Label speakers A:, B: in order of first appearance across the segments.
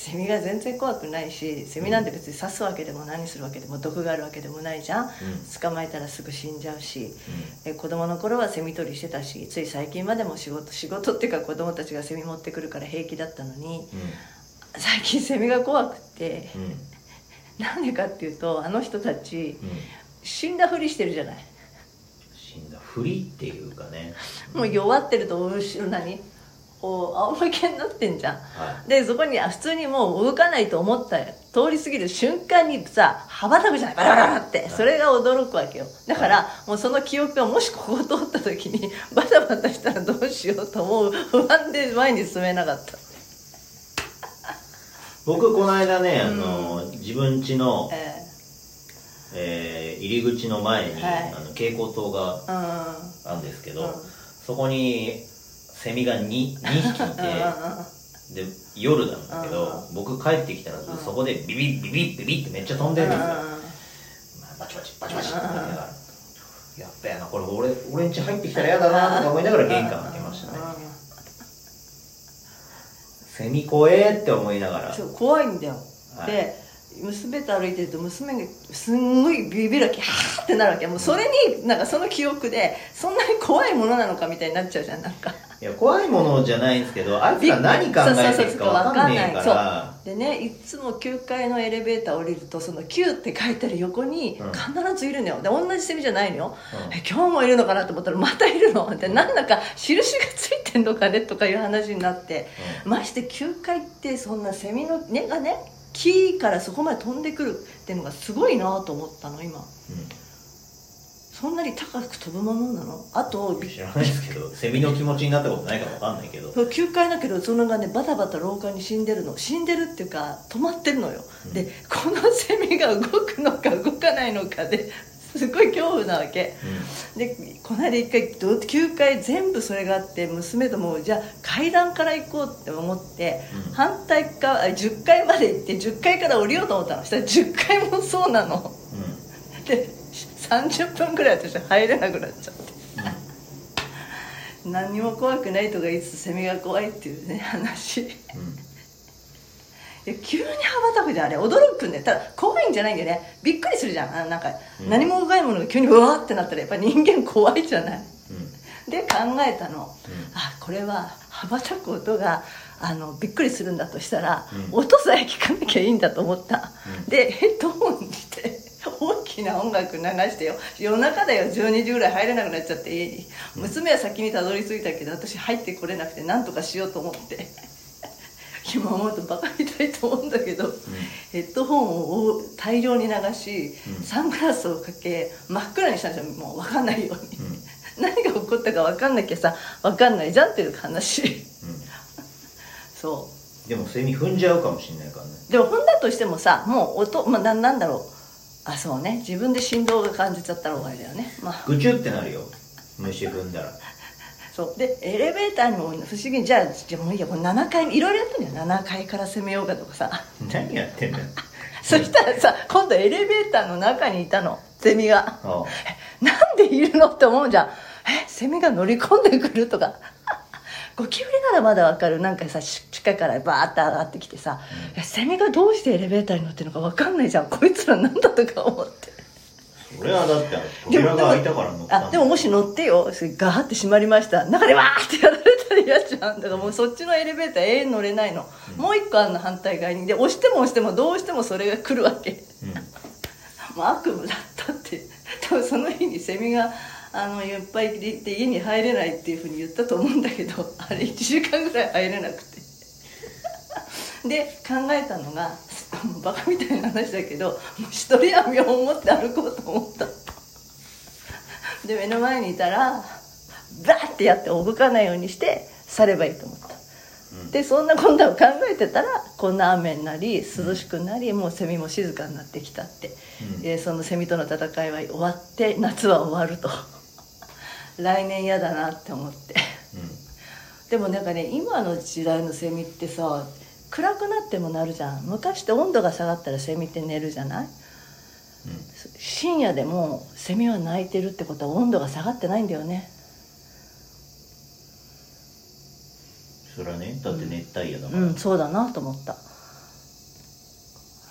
A: セミが全然怖くないし、セミなんて別に刺すわけでも何するわけでも毒があるわけでもないじゃん、捕まえたらすぐ死んじゃうし、子供の頃はセミ取りしてたし、つい最近までも仕事っていうか子供たちがセミ持ってくるから平気だったのに、最近セミが怖くって、なんでかっていうと、あの人たち、死んだふりしてるじゃない。
B: 死んだふりっていうかね、
A: もう弱ってると後ろこう仰向けになってんじゃん、でそこに普通にもう動かないと思った通り過ぎる瞬間にさ羽ばたくじゃない、バラバラバラって、それが驚くわけよ。だからもうその記憶がもしここを通った時にバタバタしたらどうしようと思う不安で前に進めなかった。
B: 僕この間ね、自分家の、入り口の前に、蛍光灯があるんですけど、そこにセミが 2匹いて、で夜なんだけど、僕帰ってきたらそこでビビッビビッビビッってめっちゃ飛んでるんですよ。バチバチバチバチって言いながら、やっべえなこれ、俺ん家入ってきたら嫌だなとか思いながら玄関開けましたね。セミ怖えって思いながら。
A: そう怖いんだよ、で娘と歩いてると娘がすんごいビビるわけ、はーってなるわけ。もうそれになんかその記憶でそんなに怖いものなのかみたいになっちゃうじゃん。なんか
B: いや怖いものじゃないんですけど、あいつが何考えてるか分かんねえから。
A: でね、いつも9階のエレベーター降りるとその9って書いてある横に必ずいるのよ。で同じセミじゃないのよ、今日もいるのかなと思ったらまたいるので、なんだか印がついてんのかねとかいう話になって、まして9階ってそんなセミの根がね木からそこまで飛んでくるっていうのがすごいなと思ったの今、そんなに高く飛ぶものなの。あと
B: 知らないですけど、セミの気持ちになったことないか分かんないけど、
A: 9階だけどそのがねバタバタ廊下に死んでるっていうか止まってるのよ、でこのセミが動くのか動かないのかですごい恐怖なわけ、でこの間一回9階全部それがあって、娘ともじゃあ階段から行こうって思って、反対側10階まで行って10階から降りようと思ったの。そしたら10階もそうなの、で30分ぐらい私入れなくなっちゃって、何にも怖くないとか言いつつセミが怖いっていうね話、急に羽ばたくじゃん、あれ驚くんだよ。ただ怖いんじゃないんだよね、びっくりするじゃん。なんか何も動かないものが急にうわーってなったらやっぱ人間怖いじゃない、で考えたの、これは羽ばたく音がびっくりするんだとしたら、音さえ聞かなきゃいいんだと思った、でヘッドホンにして大きな音楽流してよ、夜中だよ12時ぐらい入れなくなっちゃって家に、娘は先にたどり着いたけど私入ってこれなくて何とかしようと思って今思うとバカみたいと思うんだけど、ヘッドホンを大量に流し、サングラスをかけ真っ暗にしたんですよ、もう分かんないように、何が起こったか分かんなきゃさ分かんないじゃんっていう話、そう
B: でもセミ踏んじゃうかもしれないからね。
A: でも踏んだとしてもさ、もう音、なんだろう、そうね、自分で振動が感じちゃったら終わりだよね、
B: ぐちゅってなるよ虫踏んだら。
A: そうでエレベーターにも不思議にじゃあもういいや、この7階いろいろやってんだよ、7階から攻めようかとかさ
B: 何やってんだよ
A: そしたらさ今度エレベーターの中にいたのセミが、なんでいるのって思うじゃん。セミが乗り込んでくるとかゴキブリならまだわかる、なんかさ地下からバーッと上がってきてさ、セミがどうしてエレベーターに乗ってるのかわかんないじゃん、こいつらなんだとか思って。
B: それはだって扉が開いたから乗ったんだ。
A: でももし乗ってよ、ガーって閉まりました、中でわーってやられたら嫌じゃん。だからもうそっちのエレベーター永遠乗れないの、もう一個あんの反対側に、で押しても押してもどうしてもそれが来るわけ、もう悪夢だったって。多分その日にセミがいっぱいいて家に入れないっていうふうに言ったと思うんだけど、あれ1時間ぐらい入れなくてで考えたのがバカみたいな話だけど、もう一人網を持って歩こうと思ったで目の前にいたらバーってやって動かないようにして去ればいいと思った、でそんなこんなを考えてたらこんな雨になり涼しくなり、もうセミも静かになってきたって、そのセミとの戦いは終わって夏は終わると来年嫌だなって思って、でもなんかね今の時代のセミってさ暗くなっても鳴るじゃん。昔って温度が下がったらセミって寝るじゃない、深夜でもセミは鳴いてるってことは温度が下がってないんだよね。
B: それはね、だって熱帯夜だから、
A: そうだなと思った。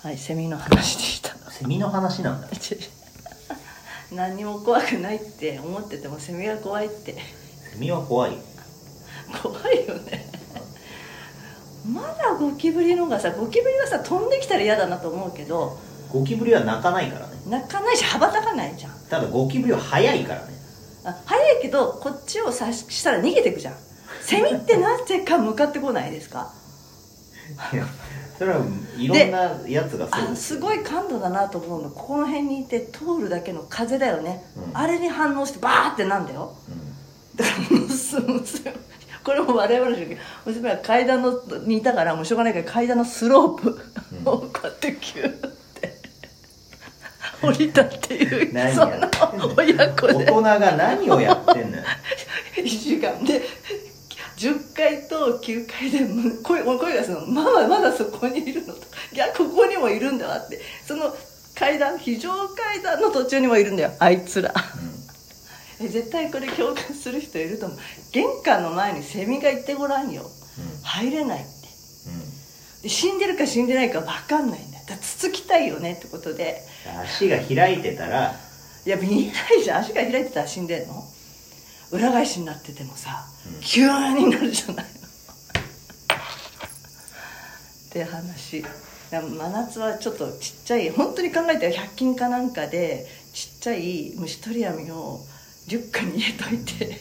A: はい、セミの話でした。
B: セミの話なんだ。
A: 何にも怖くないって思っててもセミが怖いって。
B: セミは怖い。
A: 怖いよね。まだゴキブリのがさ、ゴキブリはさ飛んできたら嫌だなと思うけど、
B: ゴキブリは鳴かないからね。
A: 鳴かないし羽ばたかないじゃん。
B: ただゴキブリは速いからね。
A: 速いけどこっちを察したら逃げてくじゃん。セミってなぜか向かってこないですか？
B: いや、それはいろんなやつがそうです。
A: すごい感度だなと思うの、ここの辺にいて通るだけの風だよね、あれに反応してバーってなんだよ、だからこれも我々の娘は階段にいたからもうしょうがないから階段のスロープをこうやってキューって降りたっていう、その親子で
B: 大人が何をやってんのよ。
A: 1時間で10階と9階で声がするの、ママまだそこにいるのと、いやここにもいるんだわって、その階段非常階段の途中にもいるんだよあいつら、絶対これ共感する人いると思う。玄関の前にセミがいてごらんよ、入れないって、で死んでるか死んでないか分かんないんだよ。だからつつきたいよねってことで、
B: 足が開いてたら、
A: いや見えないじゃん、足が開いてたら死んでんの、裏返しになっててもさ、急になるじゃないのって話。真夏はちょっとちっちゃい、本当に考えたら100均かなんかでちっちゃい虫取り網をリュックに入れといて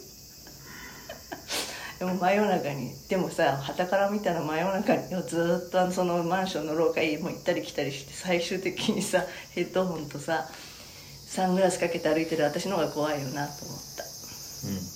A: でも真夜中に、でもさ傍から見たら真夜中にずっとそのマンションの廊下も行ったり来たりして、最終的にさヘッドホンとさサングラスかけて歩いてる私の方が怖いよなと思った。